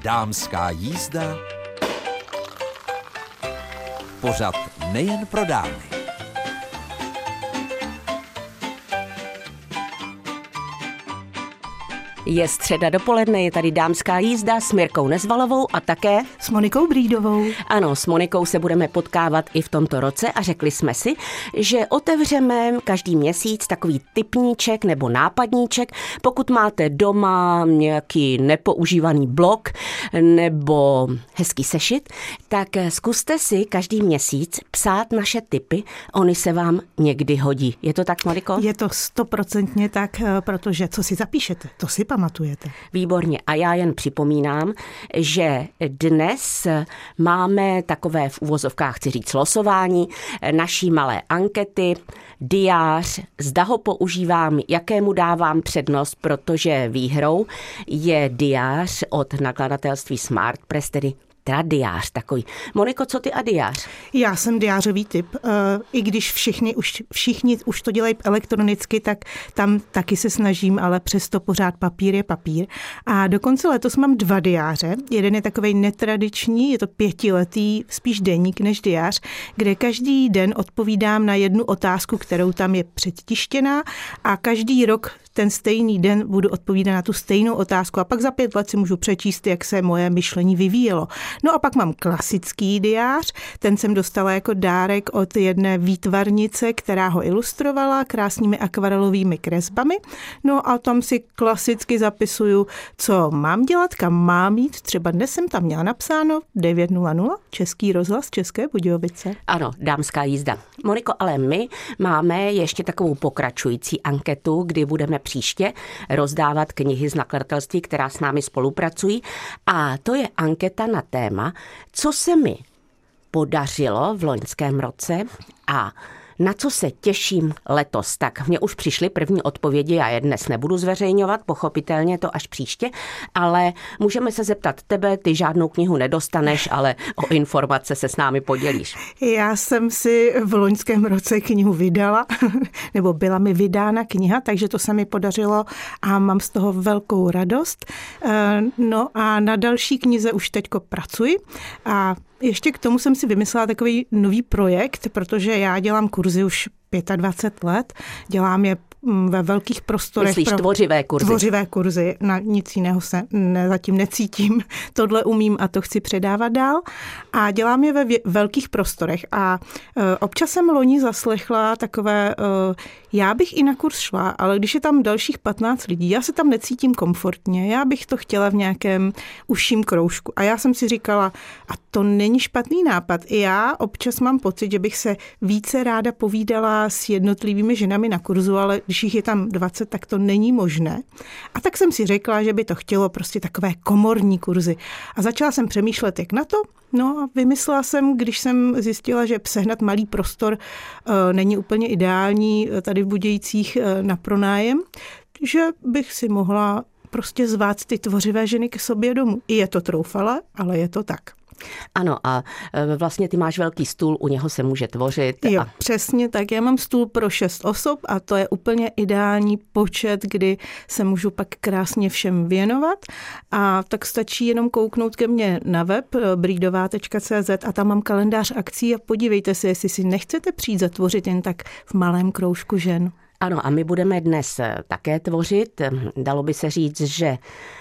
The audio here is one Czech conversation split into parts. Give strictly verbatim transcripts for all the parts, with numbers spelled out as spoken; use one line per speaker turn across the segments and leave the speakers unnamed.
Dámská jízda, pořad nejen pro dámy.
Je středa dopoledne, je tady Dámská jízda s Mirkou Nezvalovou a také
s Monikou Brídovou.
Ano, s Monikou se budeme potkávat i v tomto roce a řekli jsme si, že otevřeme každý měsíc takový tipníček nebo nápadníček. Pokud máte doma nějaký nepoužívaný blok nebo hezký sešit, tak zkuste si každý měsíc psát naše tipy, oni se vám někdy hodí. Je to tak, Moniko?
Je to stoprocentně tak, protože co si zapíšete, to si pamatujete.
Výborně. A já jen připomínám, že dnes máme takové v uvozovkách, chci říct, losování naší malé ankety, diář, zda ho používám, jakému dávám přednost, protože výhrou je diář od nakladatelství Smart Press, tedy diář takový. Moniko, co ty a diář?
Já jsem diářový typ. I když všichni už, všichni už to dělají elektronicky, tak tam taky se snažím, ale přesto pořád papír je papír. A dokonce letos mám dva diáře. Jeden je takovej netradiční, je to pětiletý, spíš deník než diář, kde každý den odpovídám na jednu otázku, kterou tam je předtištěná a každý rok ten stejný den budu odpovídat na tu stejnou otázku a pak za pět let si můžu přečíst, jak se moje myšlení vyvíjelo. No a pak mám klasický diář, ten jsem dostala jako dárek od jedné výtvarnice, která ho ilustrovala krásnými akvarelovými kresbami. No a tam si klasicky zapisuju, co mám dělat, kam mám jít. Třeba dnes jsem tam měla napsáno devět nula nula, Český rozhlas České Budějovice.
Ano, Dámská jízda. Moniko, ale my máme ještě takovou pokračující anketu, kdy budeme příště rozdávat knihy z nakladatelství, která s námi spolupracují. A to je anketa na téma, co se mi podařilo v loňském roce a na co se těším letos. Tak mně už přišly první odpovědi, já je dnes nebudu zveřejňovat, pochopitelně to až příště, ale můžeme se zeptat tebe, ty žádnou knihu nedostaneš, ale o informace se s námi podělíš.
Já jsem si v loňském roce knihu vydala, nebo byla mi vydána kniha, takže to se mi podařilo a mám z toho velkou radost. No a na další knize už teďko pracuji a ještě k tomu jsem si vymyslela takový nový projekt, protože já dělám kurzy už dvacet pět let, dělám je ve velkých prostorech.
Myslíš pro tvořivé kurzy? Tvořivé
kurzy, na nic jiného se ne, zatím necítím, tohle umím a to chci předávat dál a dělám je ve vě, velkých prostorech a e, občas jsem loni zaslechla takové, e, já bych i na kurz šla, ale když je tam dalších patnáct lidí, já se tam necítím komfortně, já bych to chtěla v nějakém užším kroužku a já jsem si říkala, a to není špatný nápad, i já občas mám pocit, že bych se více ráda povídala s jednotlivými ženami na kurzu, ale když jich je tam dvacet, tak to není možné. A tak jsem si řekla, že by to chtělo prostě takové komorní kurzy. A začala jsem přemýšlet, jak na to. No a vymyslela jsem, když jsem zjistila, že sehnat malý prostor e, není úplně ideální tady v Budějcích e, na pronájem, že bych si mohla prostě zvát ty tvořivé ženy k sobě domů. I je to troufala, ale je to tak.
Ano a vlastně ty máš velký stůl, u něho se může tvořit.
Jo,
a...
přesně tak. Já mám stůl pro šest osob a to je úplně ideální počet, kdy se můžu pak krásně všem věnovat a tak stačí jenom kouknout ke mně na web brídová tečka cé zet a tam mám kalendář akcí a podívejte se, jestli si nechcete přijít zatvořit jen tak v malém kroužku žen.
Ano a my budeme dnes také tvořit. Dalo by se říct, že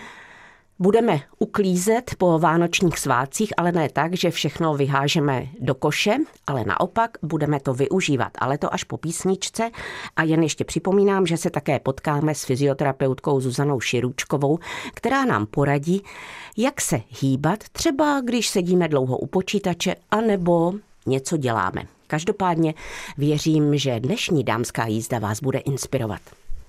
budeme uklízet po vánočních svátcích, ale ne tak, že všechno vyhážeme do koše, ale naopak budeme to využívat, ale to až po písničce. A jen ještě připomínám, že se také potkáme s fyzioterapeutkou Zuzanou Širůčkovou, která nám poradí, jak se hýbat, třeba když sedíme dlouho u počítače, anebo něco děláme. Každopádně věřím, že dnešní Dámská jízda vás bude inspirovat.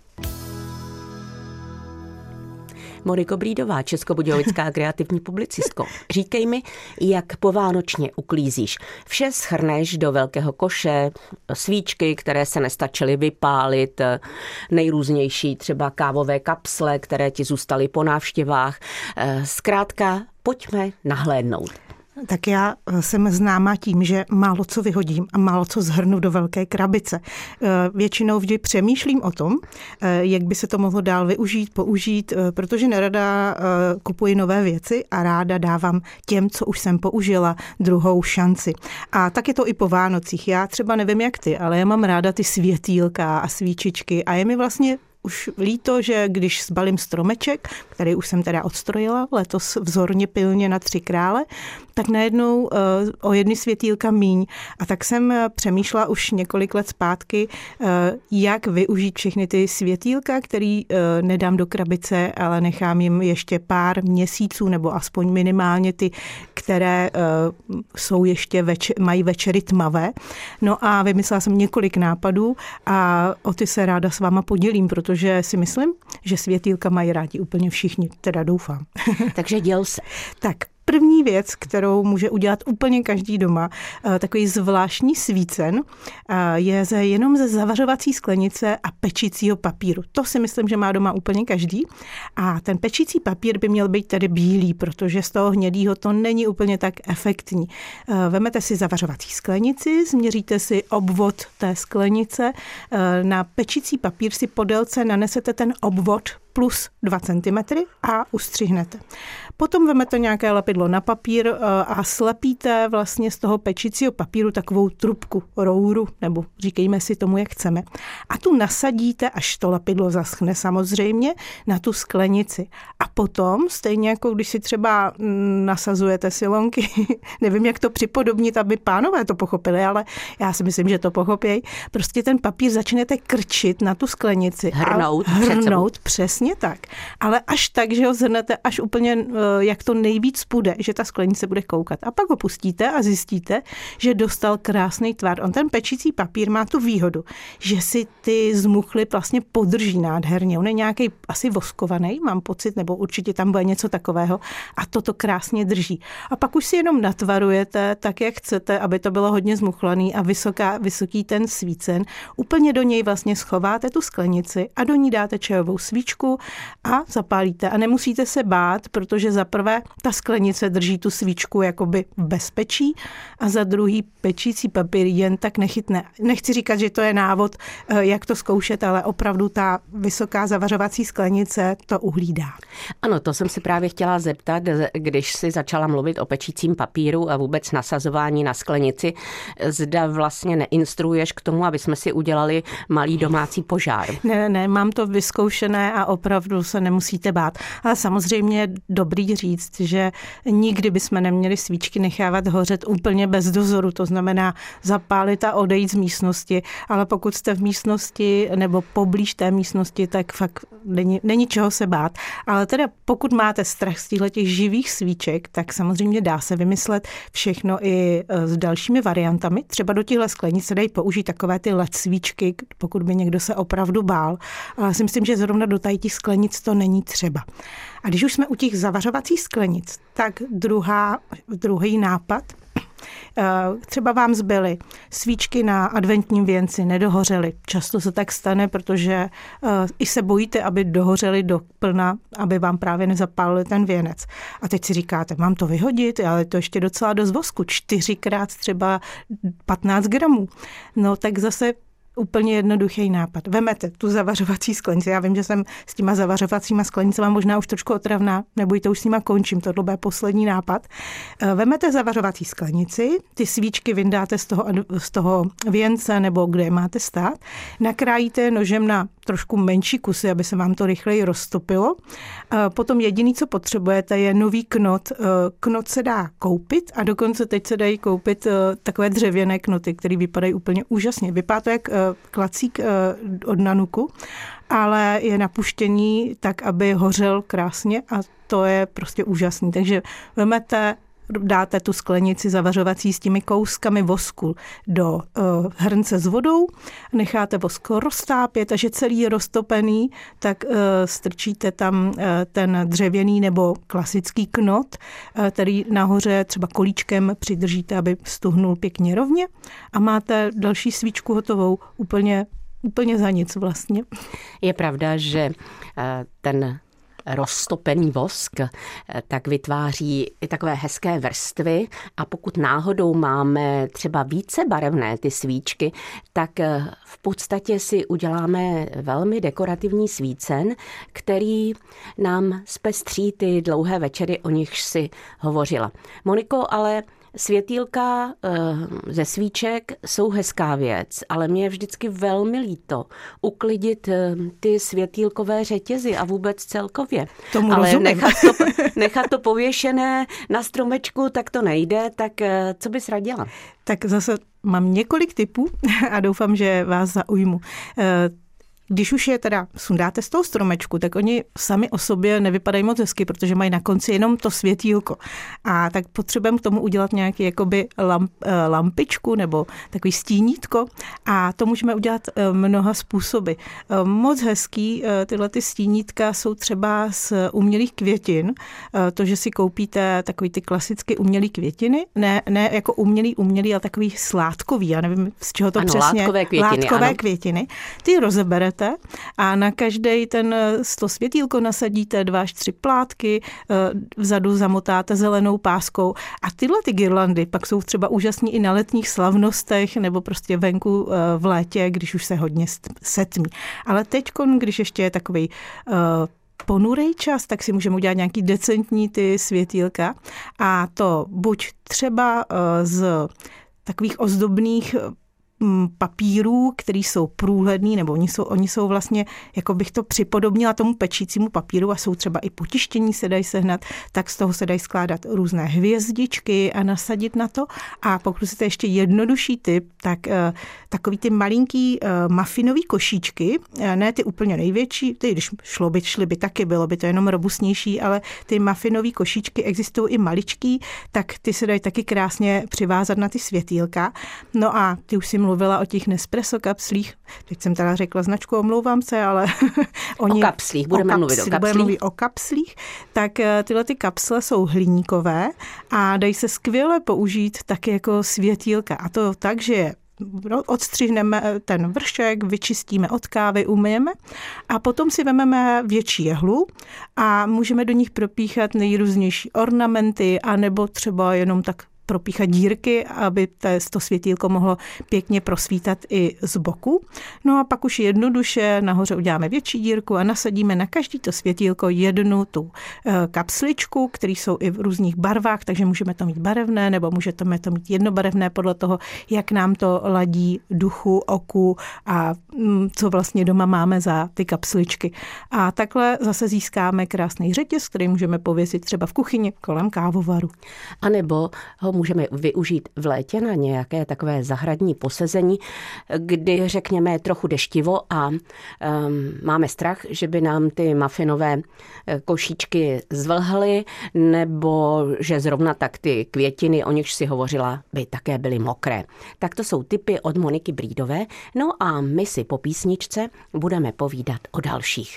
Moniko Brídová, českobudějovická kreativní publicistko. Říkej mi, jak povánočně uklízíš. Vše shrneš do velkého koše, svíčky, které se nestačily vypálit, nejrůznější třeba kávové kapsle, které ti zůstaly po návštěvách. Zkrátka, pojďme nahlédnout.
Tak já jsem známá tím, že málo co vyhodím a málo co zhrnu do velké krabice. Většinou vždy přemýšlím o tom, jak by se to mohlo dál využít, použít, protože nerada kupuji nové věci a ráda dávám těm, co už jsem použila, druhou šanci. A tak je to i po Vánocích. Já třeba nevím jak ty, ale já mám ráda ty světýlka a svíčičky a je mi vlastně už líto, že když zbalím stromeček, který už jsem teda odstrojila letos vzorně pilně na tři krále, tak najednou uh, o jedny světýlka míň. A tak jsem přemýšlela už několik let zpátky, uh, jak využít všechny ty světýlka, který uh, nedám do krabice, ale nechám jim ještě pár měsíců, nebo aspoň minimálně ty, které uh, jsou ještě več- mají večery tmavé. No a vymyslela jsem několik nápadů a o ty se ráda s váma podělím, protože si myslím, že světýlka mají rádi úplně všichni, teda doufám.
Takže děl se.
Tak. První věc, kterou může udělat úplně každý doma, takový zvláštní svícen, je ze, jenom ze zavařovací sklenice a pečícího papíru. To si myslím, že má doma úplně každý. A ten pečící papír by měl být tedy bílý, protože z toho hnědýho to není úplně tak efektní. Vemete si zavařovací sklenici, změříte si obvod té sklenice, na pečící papír si po délce nanesete ten obvod plus dva centimetry a ustřihnete. Potom vemete nějaké lepidlo na papír a slepíte vlastně z toho pečícího papíru takovou trubku, rouru, nebo říkejme si tomu, jak chceme. A tu nasadíte, až to lepidlo zaschne samozřejmě, na tu sklenici. A potom, stejně jako když si třeba nasazujete silonky, nevím, jak to připodobnit, aby pánové to pochopili, ale já si myslím, že to pochopějí. Prostě ten papír začnete krčit na tu sklenici.
Hrnout.
Hrnout, přesně tak. Ale až tak, že ho zhrnete až úplně, jak to nejvíc půjde, že ta sklenice bude koukat. A pak ho pustíte a zjistíte, že dostal krásný tvar. On ten pečící papír má tu výhodu, že si ty zmuchly vlastně podrží nádherně. On je nějaký asi voskovaný, mám pocit, nebo určitě tam bude něco takového a toto krásně drží. A pak už si jenom natvarujete tak, jak chcete, aby to bylo hodně zmuchlaný a vysoká, vysoký ten svícen. Úplně do něj vlastně schováte tu sklenici a do ní dáte čajovou svíčku a zapálíte. A nemusíte se bát, protože za prvé ta sklenice drží tu svíčku jakoby v bezpečí a za druhý pečící papír jen tak nechytne. Nechci říkat, že to je návod, jak to zkoušet, ale opravdu ta vysoká zavařovací sklenice to uhlídá.
Ano, to jsem se právě chtěla zeptat, když si začala mluvit o pečícím papíru a vůbec nasazování na sklenici, zda vlastně neinstruuješ k tomu, aby jsme si udělali malý domácí požár.
Ne, ne, mám to vyzkoušené a opravdu se nemusíte bát. Ale samozřejmě je dobrý říct, že nikdy bychom neměli svíčky nechávat hořet úplně bez dozoru, to znamená zapálit a odejít z místnosti, ale pokud jste v místnosti nebo poblíž té místnosti, tak fakt není, není čeho se bát. Ale teda pokud máte strach z těchto živých svíček, tak samozřejmě dá se vymyslet všechno i s dalšími variantami. Třeba do těchto sklenic se dají použít takové ty el é dé svíčky, pokud by někdo se opravdu bál. Ale já si myslím, že zrovna do tady těch sklenic to není třeba. A když už jsme u těch zavařovacích sklenic, tak druhá, druhý nápad, třeba vám zbyly svíčky na adventním věnci, nedohořely. Často se tak stane, protože i se bojíte, aby dohořely do plna, aby vám právě nezapálili ten věnec. A teď si říkáte, mám to vyhodit, ale to ještě docela dost vosku, čtyřikrát třeba patnáct gramů. No tak zase úplně jednoduchý nápad. Vemete tu zavařovací sklenici. Já vím, že jsem s těma zavařovacíma sklenicema možná už trošku otravná, nebojte, už s nima končím, tohle bude poslední nápad. Vemete zavařovací sklenici, ty svíčky vyndáte z toho, z toho věnce nebo kde je máte stát, nakrájíte nožem na trošku menší kusy, aby se vám to rychleji roztopilo. Potom jediný, co potřebujete, je nový knot. Knot se dá koupit a dokonce teď se dají koupit takové dřevěné knoty, které vypadají úplně úžasně. Vypadá to jak klacík od Nanuku, ale je napuštěný tak, aby hořel krásně a to je prostě úžasný. Takže vemete, dáte tu sklenici zavařovací s těmi kouskami vosku do uh, hrnce s vodou, necháte vosk roztápět, a že celý je roztopený, tak uh, strčíte tam uh, ten dřevěný nebo klasický knot, uh, který nahoře třeba kolíčkem přidržíte, aby stuhnul pěkně rovně a máte další svíčku hotovou úplně, úplně za nic vlastně.
Je pravda, že uh, ten roztopený vosk, tak vytváří i takové hezké vrstvy a pokud náhodou máme třeba více barevné ty svíčky, tak v podstatě si uděláme velmi dekorativní svícen, který nám zpestří ty dlouhé večery, o nichž si hovořila. Moniko, ale světýlka ze svíček jsou hezká věc, ale mě je vždycky velmi líto uklidit ty světýlkové řetězy a vůbec celkově.
Tomu
ale
rozumím.
nechat to, nechat to pověšené na stromečku, tak to nejde, tak co bys radila?
Tak zase mám několik tipů a doufám, že vás zaujmu. Když už je teda sundáte z toho stromečku, tak oni sami o sobě nevypadají moc hezky, protože mají na konci jenom to světýlko. A tak potřebujeme k tomu udělat nějaký jakoby lamp, lampičku nebo takový stínítko a to můžeme udělat mnoha způsoby. Moc hezký tyhle ty stínítka jsou třeba z umělých květin. To, že si koupíte takový ty klasicky umělý květiny, ne, ne jako umělý, umělý, ale takový sládkový, já nevím, z čeho to
ano,
přesně.
Látkové květiny.
Látkové
ano.
květiny. Ty rozeberete a na každý ten to světýlko nasadíte dva až tři plátky, vzadu zamotáte zelenou páskou a tyhle ty girlandy pak jsou třeba úžasní i na letních slavnostech nebo prostě venku v létě, když už se hodně setmí. Ale teďkon, když ještě je takový ponurej čas, tak si můžeme udělat nějaký decentní ty světýlka a to buď třeba z takových ozdobných papírů, který jsou průhledný, nebo oni jsou, oni jsou vlastně, jako bych to připodobnila tomu pečícímu papíru a jsou třeba i potištění se dají sehnat, tak z toho se dají skládat různé hvězdičky a nasadit na to. A pokud chcete ještě jednodušší tip, tak uh, takový ty malinký uh, muffinový košíčky, uh, ne ty úplně největší, ty když šlo by, šly by taky, bylo by to jenom robustnější, ale ty muffinový košíčky existují i maličký, tak ty se dají taky krásně přivázat na ty světýlka. No a ty už si mluvila o těch Nespresso kapslích. Teď jsem teda řekla značku, omlouvám se, ale oni...
O kapslích, budeme
o
mluvit o kapslích.
Budeme mluvit o kapslích. Tak tyhle ty kapsle jsou hliníkové a dají se skvěle použít taky jako světýlka. A to tak, že odstřihneme ten vršek, vyčistíme od kávy, umyjeme a potom si vezmeme větší jehlu a můžeme do nich propíchat nejrůznější ornamenty anebo třeba jenom tak propíchat dírky, aby to světýlko mohlo pěkně prosvítat i z boku. No a pak už jednoduše nahoře uděláme větší dírku a nasadíme na každý to světýlko jednu tu kapsličku, které jsou i v různých barvách, takže můžeme to mít barevné nebo můžeme to mít jednobarevné podle toho, jak nám to ladí duchu, oku a co vlastně doma máme za ty kapsličky. A takhle zase získáme krásný řetěz, který můžeme pověsit třeba v kuchyni kolem kávovaru.
A nebo ho můžeme využít v létě na nějaké takové zahradní posezení, kdy řekněme trochu deštivo a um, máme strach, že by nám ty muffinové košíčky zvlhly, nebo že zrovna tak ty květiny, o nichž si hovořila, by také byly mokré. Tak to jsou tipy od Moniky Brídové. No a my si po písničce budeme povídat o dalších.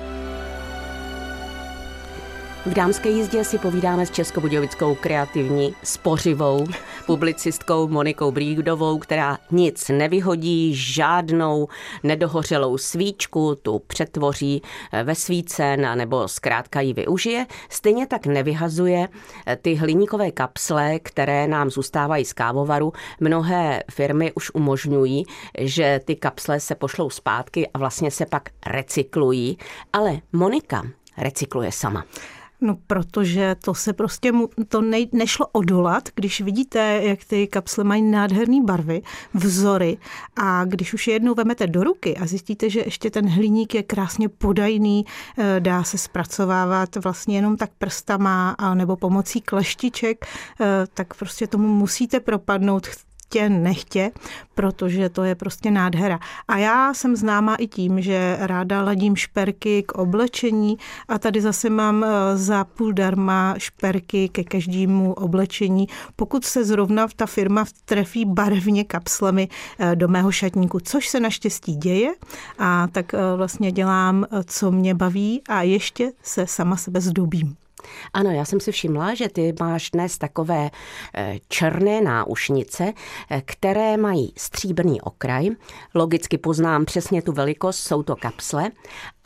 V Dámské jízdě si povídáme s českobudějovickou kreativní spořivou publicistkou Monikou Brídovou, která nic nevyhodí, žádnou nedohořelou svíčku tu přetvoří ve svícen nebo zkrátka ji využije. Stejně tak nevyhazuje ty hliníkové kapsle, které nám zůstávají z kávovaru. Mnohé firmy už umožňují, že ty kapsle se pošlou zpátky a vlastně se pak recyklují, ale Monika recykluje sama.
No, protože to se prostě mu, to ne, nešlo odolat, když vidíte, jak ty kapsle mají nádherné barvy, vzory a když už je jednou vemete do ruky a zjistíte, že ještě ten hliník je krásně podajný, dá se zpracovávat vlastně jenom tak prstama a nebo pomocí kleštiček, tak prostě tomu musíte propadnout chtě, nechtě, protože to je prostě nádhera. A já jsem známá i tím, že ráda ladím šperky k oblečení a tady zase mám za půl darma šperky ke každému oblečení, pokud se zrovna ta firma trefí barevně kapslemi do mého šatníku, což se naštěstí děje a tak vlastně dělám, co mě baví a ještě se sama sebe zdobím.
Ano, já jsem si všimla, že ty máš dnes takové černé náušnice, které mají stříbrný okraj. Logicky poznám přesně tu velikost, jsou to kapsle.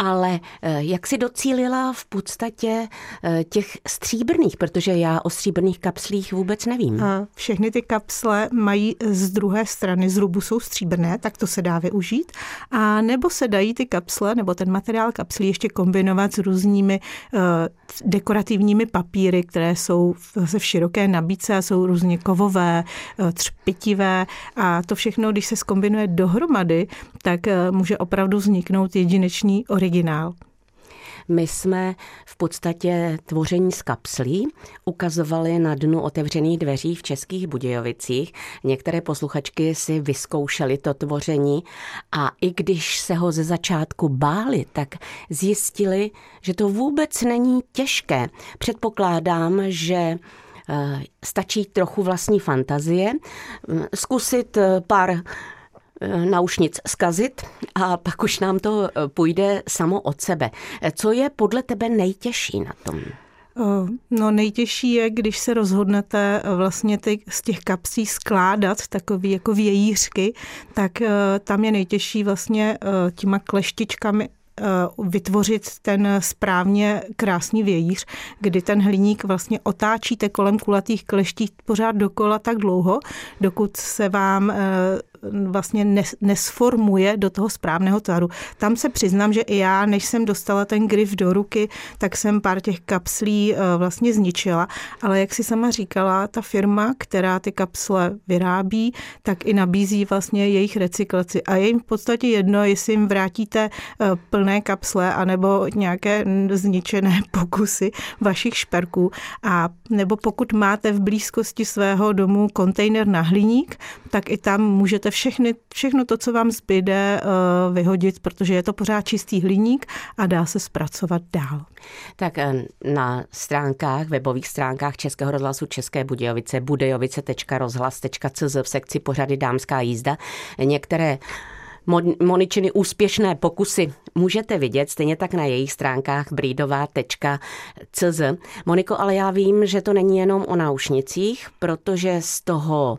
Ale jak si docílila v podstatě těch stříbrných, protože já o stříbrných kapslích vůbec nevím.
Všechny ty kapsle mají z druhé strany, z rubu jsou stříbrné, tak to se dá využít. A nebo se dají ty kapsle, nebo ten materiál kapslí ještě kombinovat s různými uh, dekorativními papíry, které jsou zase v široké nabídce a jsou různě kovové, uh, třpitivé a to všechno, když se zkombinuje dohromady, tak uh, může opravdu vzniknout jedinečný originál.
My jsme v podstatě tvoření z kapslí ukazovali na dnu otevřených dveří v Českých Budějovicích. Některé posluchačky si vyzkoušely to tvoření a i když se ho ze začátku báli, tak zjistili, že to vůbec není těžké. Předpokládám, že stačí trochu vlastní fantazie, zkusit pár náušnic zkazit a pak už nám to půjde samo od sebe. Co je podle tebe nejtěžší na tom?
No nejtěžší je, když se rozhodnete vlastně ty, z těch kapsí skládat takový jako vějířky, tak tam je nejtěžší vlastně těma kleštičkami vytvořit ten správně krásný vějíř, kdy ten hliník vlastně otáčíte kolem kulatých kleští pořád dokola tak dlouho, dokud se vám vlastně nesformuje do toho správného tvaru. Tam se přiznám, že i já, než jsem dostala ten grif do ruky, tak jsem pár těch kapslí vlastně zničila, ale jak si sama říkala, ta firma, která ty kapsle vyrábí, tak i nabízí vlastně jejich recyklaci a je jim v podstatě jedno, jestli jim vrátíte plné kapsle anebo nějaké zničené pokusy vašich šperků a nebo pokud máte v blízkosti svého domu kontejner na hliník, tak i tam můžete všechny, všechno to, co vám zbyde, vyhodit, protože je to pořád čistý hliník a dá se zpracovat dál.
Tak na stránkách, webových stránkách Českého rozhlasu České Budějovice, budejovice tečka rozhlas tečka cé zet v sekci pořady Dámská jízda, některé Moničiny úspěšné pokusy můžete vidět, stejně tak na jejich stránkách brýdová tečka cé zet. Moniko, ale já vím, že to není jenom o náušnicích, protože z toho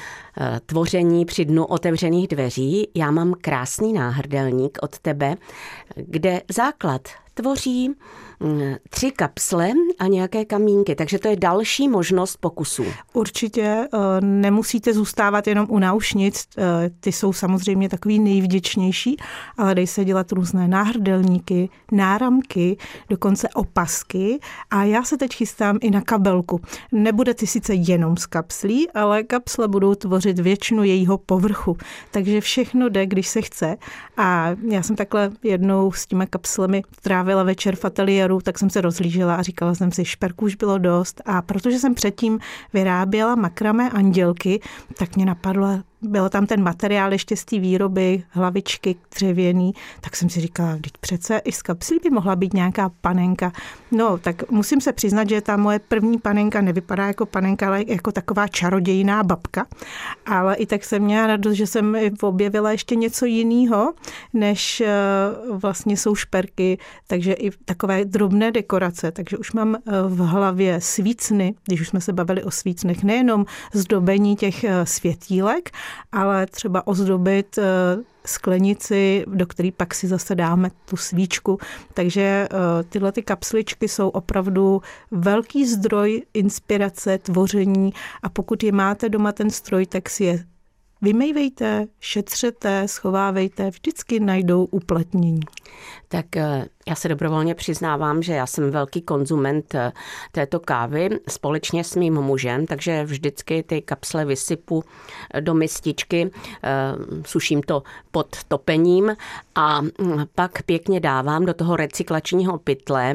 tvoření při dnu otevřených dveří já mám krásný náhrdelník od tebe, kde základ tvoří tři kapsle a nějaké kamínky, takže to je další možnost pokusů.
Určitě nemusíte zůstávat jenom u náušnic, ty jsou samozřejmě takový nejvděčnější, ale dej se dělat různé náhrdelníky, náramky, dokonce opasky a já se teď chystám i na kabelku. Nebude ty sice jenom z kapslí, ale kapsle budou tvořit většinu jejího povrchu, takže všechno jde, když se chce a já jsem takhle jednou s těma kapslemi trávila večer v ateliéru, tak jsem se rozlížela a říkala jsem si, šperků už bylo dost a protože jsem předtím vyráběla makramé andělky, tak mě napadlo, byl tam ten materiál ještě z té výroby, hlavičky dřevěný, tak jsem si říkala, vždyť přece i z kapslí by mohla být nějaká panenka. No, tak musím se přiznat, že ta moje první panenka nevypadá jako panenka, ale jako taková čarodějná babka. Ale i tak jsem měla radost, že jsem objevila ještě něco jiného, než vlastně jsou šperky, takže i takové drobné dekorace. Takže už mám v hlavě svícny, když už jsme se bavili o svícnech, nejenom zdobení těch světílek, ale třeba ozdobit sklenici, do které pak si zase dáme tu svíčku. Takže tyhle ty kapsličky jsou opravdu velký zdroj inspirace, tvoření a pokud je máte doma ten stroj, tak si je vymejvejte, šetřete, schovávejte, vždycky najdou uplatnění.
Tak já se dobrovolně přiznávám, že já jsem velký konzument této kávy společně s mým mužem, takže vždycky ty kapsle vysypu do mističky, suším to pod topením a pak pěkně dávám do toho recyklačního pytle.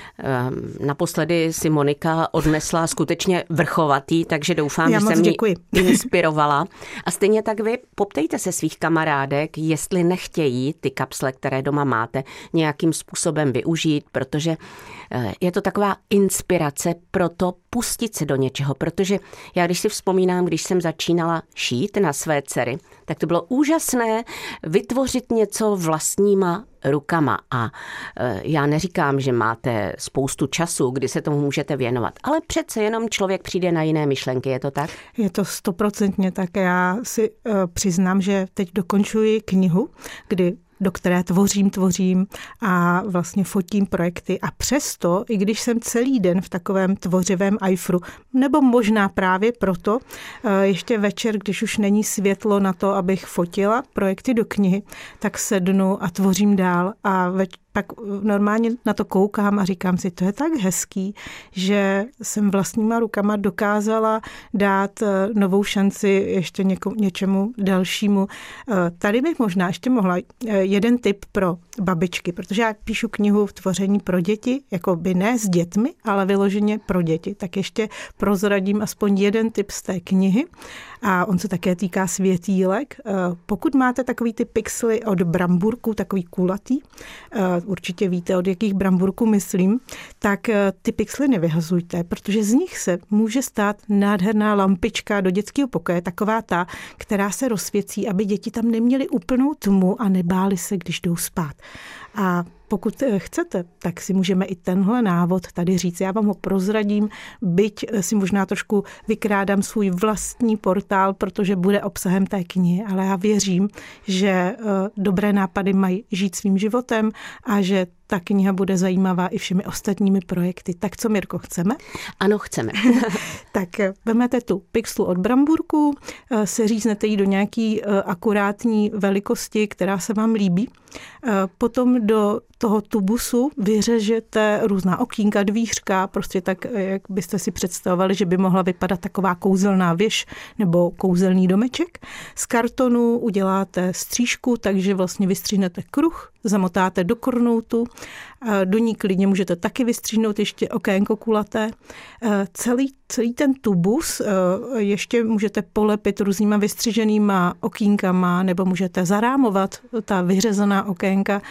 Naposledy si Monika odnesla skutečně vrchovatý, takže doufám,
já
že jsem mě
děkuji.
inspirovala. A stejně tak vy poptejte se svých kamarádek, jestli nechtějí ty kapsle, které doma máte, nějakým způsobem využít, protože je to taková inspirace pro to pustit se do něčeho, protože já když si vzpomínám, když jsem začínala šít na své dcery, tak to bylo úžasné vytvořit něco vlastníma rukama a já neříkám, že máte spoustu času, kdy se tomu můžete věnovat, ale přece jenom člověk přijde na jiné myšlenky, je to tak?
Je to stoprocentně tak. Já si uh, přiznám, že teď dokončuji knihu, kdy do které tvořím, tvořím a vlastně fotím projekty. A přesto, i když jsem celý den v takovém tvořivém ajfru, nebo možná právě proto, ještě večer, když už není světlo na to, abych fotila projekty do knihy, tak sednu a tvořím dál a več- pak normálně na to koukám a říkám si, to je tak hezký, že jsem vlastníma rukama dokázala dát novou šanci ještě něko, něčemu dalšímu. Tady bych možná ještě mohla jeden tip pro babičky, protože já píšu knihu v tvoření pro děti, jako by ne s dětmi, ale vyloženě pro děti. Tak ještě prozradím aspoň jeden tip z té knihy a on se také týká světýlek. Pokud máte takový ty pixely od bramburku, takový kulatý, určitě víte, od jakých bramburků myslím, tak ty pixely nevyhazujte, protože z nich se může stát nádherná lampička do dětského pokoje, taková ta, která se rozsvěcí, aby děti tam neměly úplnou tmu a nebáli se, když jdou spát. A pokud chcete, tak si můžeme i tenhle návod tady říct. Já vám ho prozradím, byť si možná trošku vykrádám svůj vlastní portál, protože bude obsahem té knihy, ale já věřím, že dobré nápady mají žít svým životem a že ta kniha bude zajímavá i všemi ostatními projekty. Tak co, Mirko, chceme?
Ano, chceme.
Tak vezmete tu pixlu od bramburku, seříznete ji do nějaký akurátní velikosti, která se vám líbí. Potom do toho tubusu vyřežete různá okýnka, dvířka, prostě tak, jak byste si představovali, že by mohla vypadat taková kouzelná věž nebo kouzelný domeček. Z kartonu uděláte střížku, takže vlastně vystříhnete kruh, zamotáte do kornoutu, do ní klidně můžete taky vystříhnout ještě okénko kulaté. Celý, celý ten tubus ještě můžete polepit různýma vystřiženýma okýnkama nebo můžete zarámovat ta vyřezaná okénka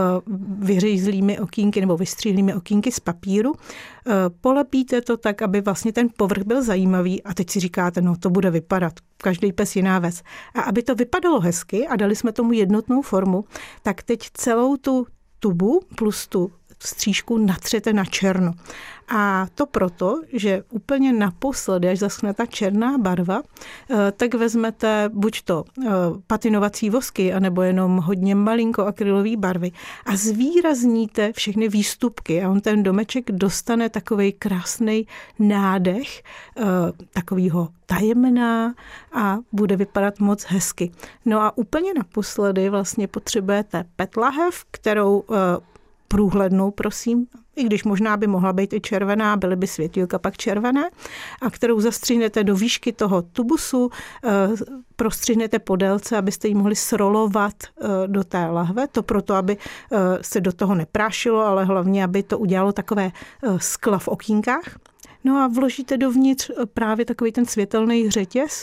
vyřízlými okýnky nebo vystříhlými okýnky z papíru. Polepíte to tak, aby vlastně ten povrch byl zajímavý a teď si říkáte, no to bude vypadat. Každý pes jiná věc. A aby to vypadalo hezky a dali jsme tomu jednotnou formu, tak teď celou tu tubu plus tu střížku natřete na černo. A to proto, že úplně naposledy, až zaschne ta černá barva, tak vezmete buď to patinovací vosky, anebo jenom hodně malinko akrylové barvy a zvýrazníte všechny výstupky a on ten domeček dostane takovej krásný nádech, takovýho tajemná a bude vypadat moc hezky. No a úplně naposledy vlastně potřebujete petlahev, kterou průhlednou, prosím, i když možná by mohla být i červená, byly by světýlka pak červené, a kterou zastřihnete do výšky toho tubusu, prostřihnete po délce, abyste ji mohli srolovat do té lahve. To proto, aby se do toho neprášilo, ale hlavně, aby to udělalo takové skla v okýnkách. No a vložíte dovnitř právě takový ten světelný řetěz,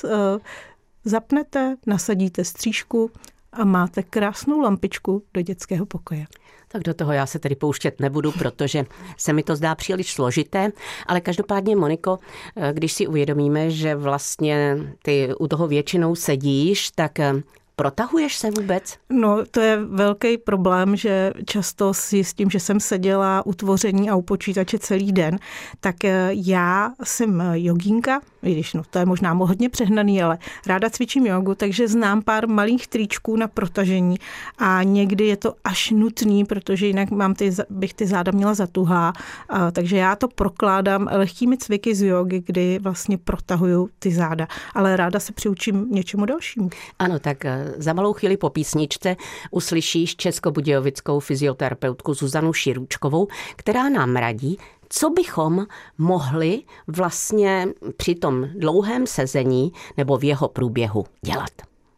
zapnete, nasadíte střížku a máte krásnou lampičku do dětského pokoje.
Tak do toho já se tedy pouštět nebudu, protože se mi to zdá příliš složité, ale každopádně, Moniko, když si uvědomíme, že vlastně ty u toho většinou sedíš, tak protahuješ se vůbec? No,
to je velký problém, že často si s tím, že jsem seděla u tvoření a u počítače celý den, tak já jsem jogínka, i když no, to je možná hodně přehnaný, ale ráda cvičím jogu, takže znám pár malých tričků na protažení a někdy je to až nutný, protože jinak mám ty, bych ty záda měla zatuhlá, a, takže já to prokládám lehkými cviky z jogy, kdy vlastně protahuju ty záda, ale ráda se přiučím něčemu dalšímu.
Ano, tak za malou chvíli po písničce uslyšíš českobudějovickou fyzioterapeutku Zuzanu Širůčkovou, která nám radí, co bychom mohli vlastně při tom dlouhém sezení nebo v jeho průběhu dělat.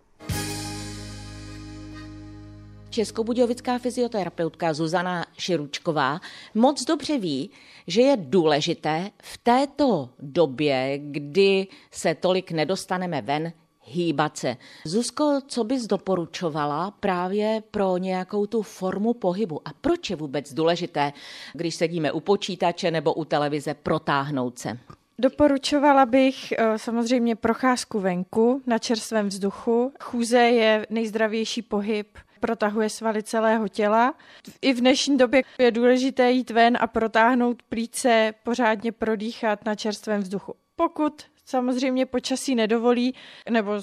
Českobudějovická fyzioterapeutka Zuzana Širůčková moc dobře ví, že je důležité v této době, kdy se tolik nedostaneme ven, hýbat se. Zuzko, co bys doporučovala právě pro nějakou tu formu pohybu? A proč je vůbec důležité, když sedíme u počítače nebo u televize, protáhnout se?
Doporučovala bych samozřejmě procházku venku na čerstvém vzduchu. Chůze je nejzdravější pohyb, protahuje svaly celého těla. I v dnešní době je důležité jít ven a protáhnout plíce, pořádně prodýchat na čerstvém vzduchu. Pokud samozřejmě počasí nedovolí, nebo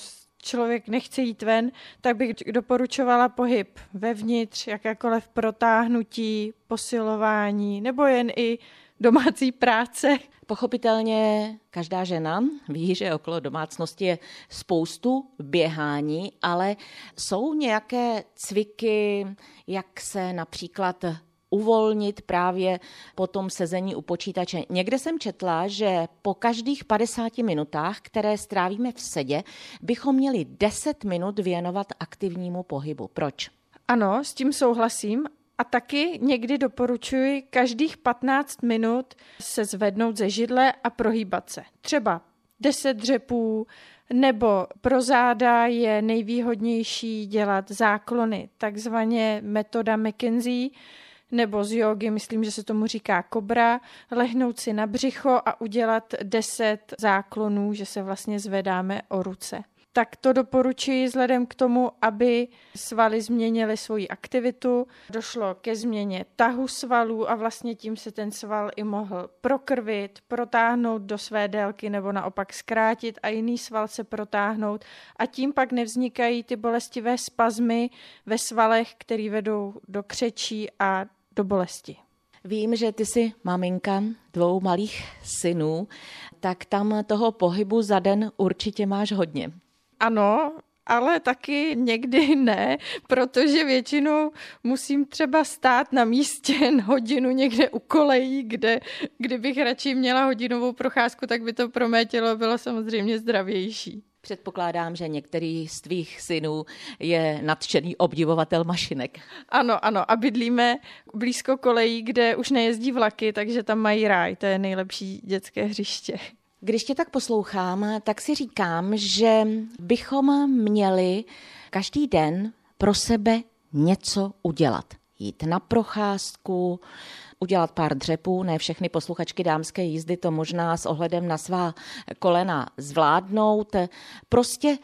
člověk nechce jít ven, tak bych doporučovala pohyb vevnitř, jakékoliv protáhnutí, posilování nebo jen i domácí práce.
Pochopitelně každá žena ví, že okolo domácnosti je spoustu běhání, ale jsou nějaké cviky, jak se například uvolnit právě po tom sezení u počítače. Někde jsem četla, že po každých padesáti minutách, které strávíme v sedě, bychom měli deset minut věnovat aktivnímu pohybu. Proč?
Ano, s tím souhlasím. A taky někdy doporučuji každých patnáct minut se zvednout ze židle a prohýbat se. Třeba deset dřepů, nebo pro záda je nejvýhodnější dělat záklony, takzvaně metoda McKenzie, nebo z jógy, myslím, že se tomu říká kobra, lehnout si na břicho a udělat deset záklonů, že se vlastně zvedáme o ruce. Tak to doporučuji vzhledem k tomu, aby svaly změnily svoji aktivitu, došlo ke změně tahu svalů a vlastně tím se ten sval i mohl prokrvit, protáhnout do své délky nebo naopak zkrátit a jiný sval se protáhnout a tím pak nevznikají ty bolestivé spazmy ve svalech, které vedou do křečí a do bolesti.
Vím, že ty jsi maminka dvou malých synů, tak tam toho pohybu za den určitě máš hodně.
Ano, ale taky někdy ne, protože většinou musím třeba stát na místě hodinu někde u kolejí, kde kdybych radši měla hodinovou procházku, tak by to pro mé tělo bylo samozřejmě zdravější.
Předpokládám, že některý z tvých synů je nadšený obdivovatel mašinek.
Ano, ano, a bydlíme blízko kolejí, kde už nejezdí vlaky, takže tam mají ráj, to je nejlepší dětské hřiště.
Když tě tak poslouchám, tak si říkám, že bychom měli každý den pro sebe něco udělat. Jít na procházku, udělat pár dřepů, ne všechny posluchačky dámské jízdy to možná s ohledem na svá kolena zvládnout. Prostě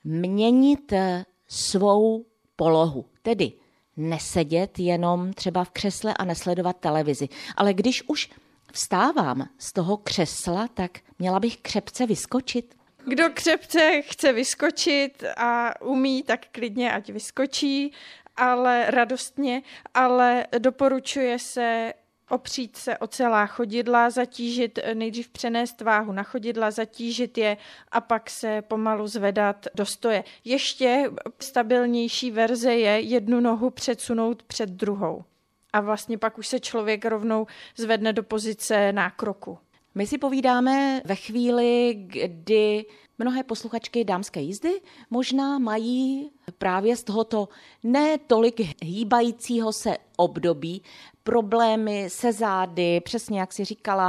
měnit svou polohu, tedy nesedět jenom třeba v křesle a nesledovat televizi. Ale když už vstávám z toho křesla, tak měla bych křepce vyskočit.
Kdo křepce chce vyskočit a umí, tak klidně ať vyskočí, ale radostně, ale doporučuje se opřít se o celá chodidla, zatížit, nejdřív přenést váhu na chodidla, zatížit je a pak se pomalu zvedat do stoje. Ještě stabilnější verze je jednu nohu předsunout před druhou. A vlastně pak už se člověk rovnou zvedne do pozice nákroku.
My si povídáme ve chvíli, kdy mnohé posluchačky dámské jízdy možná mají právě z tohoto ne tolik hýbajícího se období problémy se zády, přesně jak si říkala,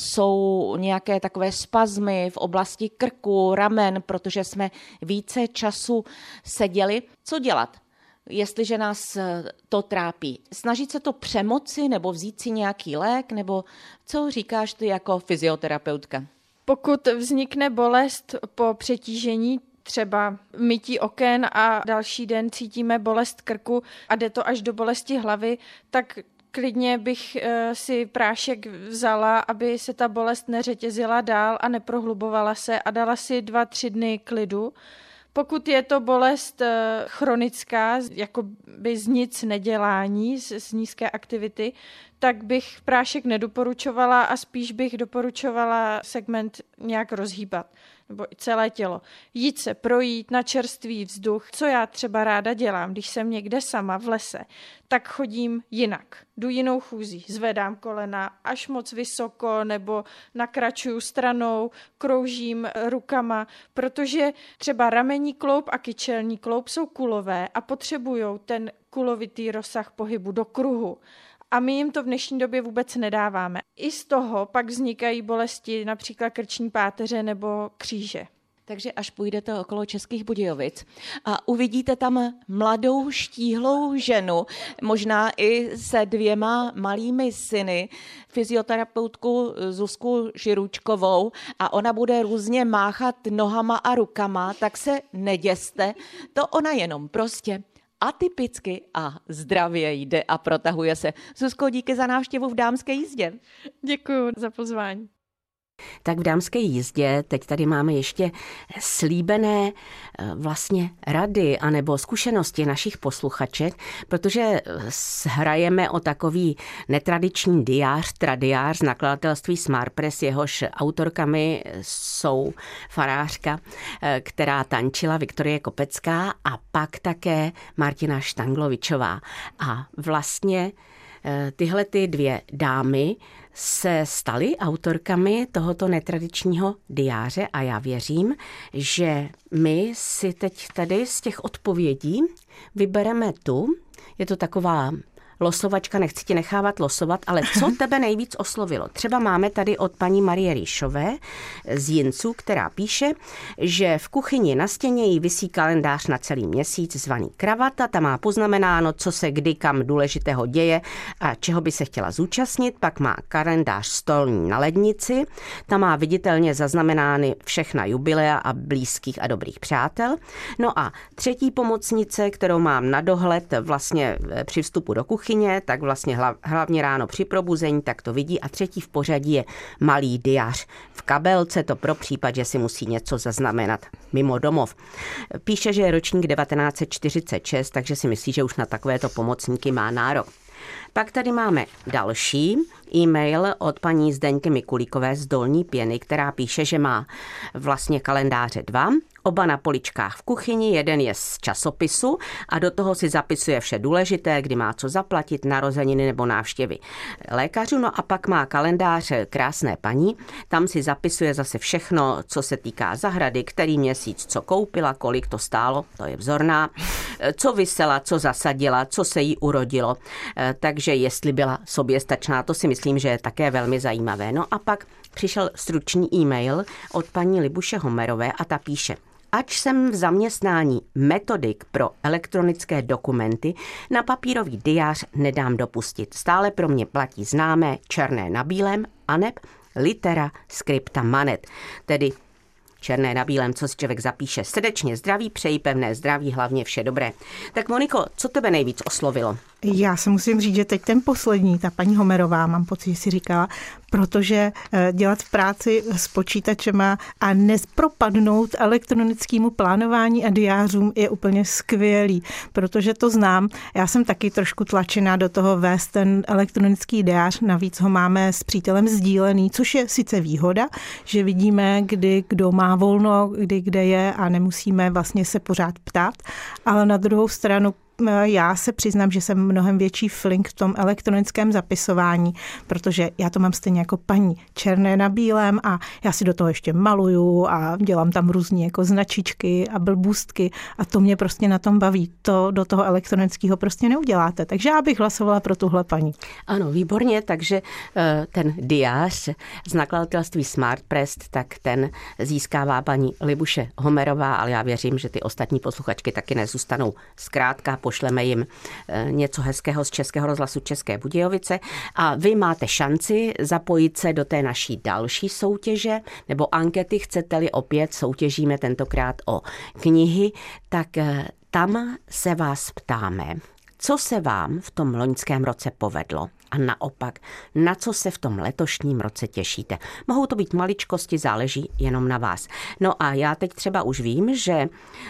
jsou nějaké takové spazmy v oblasti krku, ramen, protože jsme více času seděli. Co dělat? Jestliže nás to trápí. Snažit se to přemoci nebo vzít si nějaký lék, nebo co říkáš ty jako fyzioterapeutka?
Pokud vznikne bolest po přetížení, třeba mytí oken a další den cítíme bolest krku a jde to až do bolesti hlavy, tak klidně bych si prášek vzala, aby se ta bolest neřetězila dál a neprohlubovala se a dala si dva, tři dny klidu. Pokud je to bolest chronická, jako by z nic nedělání, z, z nízké aktivity, tak bych prášek nedoporučovala a spíš bych doporučovala segment nějak rozhýbat, nebo i celé tělo. Jít se projít na čerstvý vzduch, co já třeba ráda dělám, když jsem někde sama v lese, tak chodím jinak. Jdu jinou chůzí, zvedám kolena až moc vysoko nebo nakračuju stranou, kroužím rukama, protože třeba ramení kloub a kyčelní kloub jsou kulové a potřebují ten kulovitý rozsah pohybu do kruhu. A my jim to v dnešní době vůbec nedáváme. I z toho pak vznikají bolesti, například krční páteře nebo kříže.
Takže až půjdete okolo Českých Budějovic a uvidíte tam mladou štíhlou ženu, možná i se dvěma malými syny, fyzioterapeutku Zuzku Žirůčkovou a ona bude různě máchat nohama a rukama, tak se neděste, to ona jenom prostě atypicky a zdravě jde a protahuje se. Zuzko, díky za návštěvu v dámské jízdě.
Děkuji za pozvání.
Tak v dámské jízdě teď tady máme ještě slíbené vlastně rady anebo zkušenosti našich posluchaček, protože hrajeme o takový netradiční diář, tradiář z nakladatelství Smart Press, jehož autorkami jsou farářka, která tančila, Viktorie Kopecká, a pak také Martina Štanglovičová. A vlastně tyhle ty dvě dámy se staly autorkami tohoto netradičního diáře a já věřím, že my si teď tady z těch odpovědí vybereme tu, je to taková losovačka, nechci ti nechávat losovat, ale co tebe nejvíc oslovilo? Třeba máme tady od paní Marie Rýšové z Jinců, která píše, že v kuchyni na stěně jí visí kalendář na celý měsíc zvaný Kravata, tam má poznamenáno, co se kdy kam důležitého děje a čeho by se chtěla zúčastnit, pak má kalendář stolní na lednici, tam má viditelně zaznamenány všechna jubilea a blízkých a dobrých přátel. No a třetí pomocnice, kterou mám na dohled vlastně při vstupu do kuchyně, tak vlastně hlavně ráno při probuzení, tak to vidí. A třetí v pořadí je malý diář v kabelce, to pro případ, že si musí něco zaznamenat mimo domov. Píše, že je ročník devatenáct set čtyřicet šest, takže si myslí, že už na takovéto pomocníky má nárok. Pak tady máme další e-mail od paní Zdeňky Mikulíkové z Dolní Pěny, která píše, že má vlastně kalendáře dva, oba na poličkách v kuchyni, jeden je z časopisu a do toho si zapisuje vše důležité, kdy má co zaplatit, narozeniny nebo návštěvy lékařů. No a pak má kalendář Krásné paní, tam si zapisuje zase všechno, co se týká zahrady, který měsíc co koupila, kolik to stálo, to je vzorná, co visela, co zasadila, co se jí urodilo, takže jestli byla soběstačná, to si myslím, že je také velmi zajímavé. No a pak přišel stručný e-mail od paní Libuše Homerové a ta píše: Ač jsem v zaměstnání metodik pro elektronické dokumenty, na papírový diář nedám dopustit. Stále pro mě platí známé černé na bílém aneb litera scripta manet, tedy černé na bílém, co si člověk zapíše. Srdečně zdraví, přeji pevné zdraví, hlavně vše dobré. Tak Moniko, co tebe nejvíc oslovilo?
Já se musím říct, že teď ten poslední, ta paní Homerová, mám pocit, že si říkala, protože dělat v práci s počítačema a nespropadnout elektronickému plánování a diářům je úplně skvělý, protože to znám. Já jsem taky trošku tlačená do toho vést ten elektronický diář, navíc ho máme s přítelem sdílený, což je sice výhoda, že vidíme, kdy kdo má volno, kdy kde je a nemusíme vlastně se pořád ptát, ale na druhou stranu já se přiznám, že jsem mnohem větší flink v tom elektronickém zapisování, protože já to mám stejně jako paní, černé na bílém a já si do toho ještě maluju a dělám tam různý jako značičky a blbůstky a to mě prostě na tom baví. To do toho elektronického prostě neuděláte. Takže já bych hlasovala pro tuhle paní.
Ano, výborně, takže ten diář z nakladatelství Smart Press, tak ten získává paní Libuše Homerová, ale já věřím, že ty ostatní posluchačky taky nezůstanou zkrátka. Pošleme jim něco hezkého z Českého rozhlasu České Budějovice a vy máte šanci zapojit se do té naší další soutěže nebo ankety, chcete-li opět, soutěžíme tentokrát o knihy, tak tam se vás ptáme, co se vám v tom loňském roce povedlo a naopak, na co se v tom letošním roce těšíte. Mohou to být maličkosti, záleží jenom na vás. No a já teď třeba už vím, že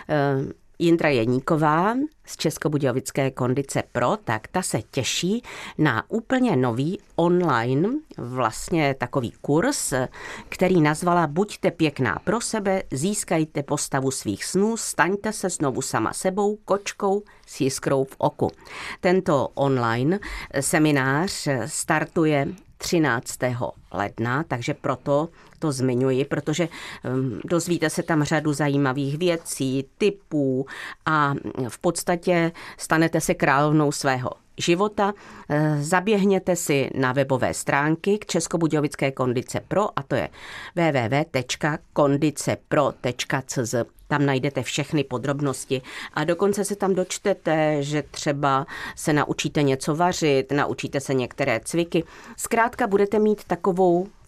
Jindra Jeníková z Českobudějovické Kondice Pro, tak ta se těší na úplně nový online vlastně takový kurz, který nazvala Buďte pěkná pro sebe, získajte postavu svých snů, staňte se znovu sama sebou, kočkou s jiskrou v oku. Tento online seminář startuje třináctého ledna, takže proto to zmiňuji, protože um, dozvíte se tam řadu zajímavých věcí, tipů a v podstatě stanete se královnou svého života. Zaběhněte si na webové stránky k Českobudějovické Kondice Pro a to je w w w tečka kondice pro tečka c z. Tam najdete všechny podrobnosti a dokonce se tam dočtete, že třeba se naučíte něco vařit, naučíte se některé cviky. Zkrátka budete mít takovou v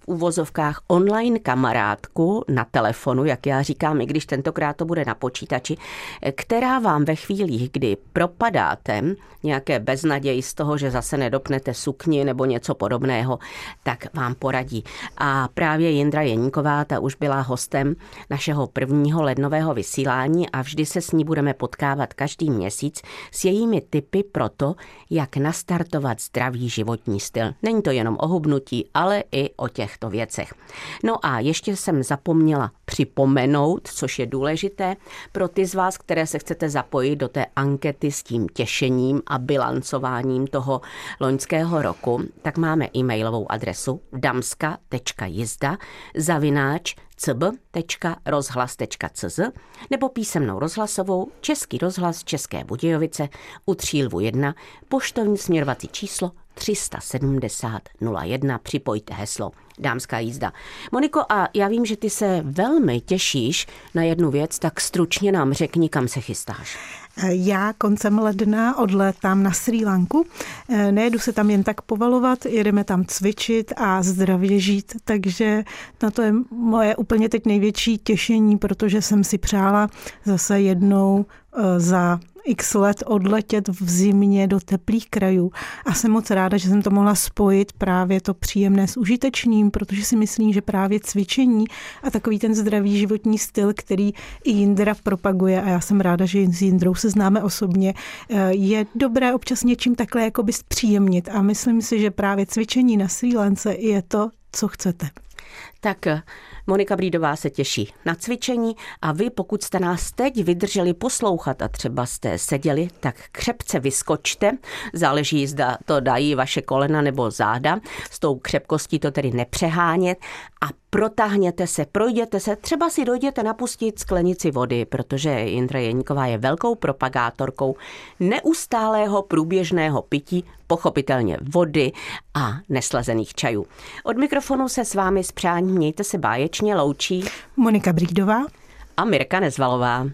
uvozovkách online kamarádku na telefonu, jak já říkám, i když tentokrát to bude na počítači, která vám ve chvílích, kdy propadáte nějaké beznaději z toho, že zase nedopnete sukni nebo něco podobného, tak vám poradí. A právě Jindra Jeníková, ta už byla hostem našeho prvního lednového vysílání a vždy se s ní budeme potkávat každý měsíc s jejími tipy pro to, jak nastartovat zdravý životní styl. Není to jenom o hubnutí, ale i o těchto věcech. No a ještě jsem zapomněla připomenout, což je důležité pro ty z vás, které se chcete zapojit do té ankety s tím těšením a bilancováním toho loňského roku, tak máme e-mailovou adresu damska tečka jizda zavináč cb tečka rozhlas tečka cz nebo písemnou rozhlasovou Český rozhlas České Budějovice u Třílvu jedna, poštovní směrovací číslo tři set sedmdesát nula jedna. Připojte heslo Dámská jízda. Moniko, a já vím, že ty se velmi těšíš na jednu věc, tak stručně nám řekni, kam se chystáš.
Já koncem ledna odlétám na Srí Lanku. Nejedu se tam jen tak povalovat, jedeme tam cvičit a zdravě žít, takže na to je moje úplně teď největší těšení, protože jsem si přála zase jednou za x let odletět v zimě do teplých krajů a jsem moc ráda, že jsem to mohla spojit právě to příjemné s užitečným, protože si myslím, že právě cvičení a takový ten zdravý životní styl, který i Jindra propaguje a já jsem ráda, že s Jindrou se známe osobně, je dobré občas něčím takhle jakoby zpříjemnit a myslím si, že právě cvičení na Srí Lance je to, co chcete.
Tak Monika Brídová se těší na cvičení a vy, pokud jste nás teď vydrželi poslouchat a třeba jste seděli, tak křepce vyskočte. Záleží, zda to dají vaše kolena nebo záda. S tou křepkostí to tedy nepřehánět a protáhněte se, projděte se, třeba si dojděte napustit sklenici vody, protože Jindra Jeníková je velkou propagátorkou neustálého průběžného pití, pochopitelně vody a neslazených čajů. Od mikrofonu se s vámi s přáním mějte se báječně loučí
Monika Brídová
a Mirka Nezvalová.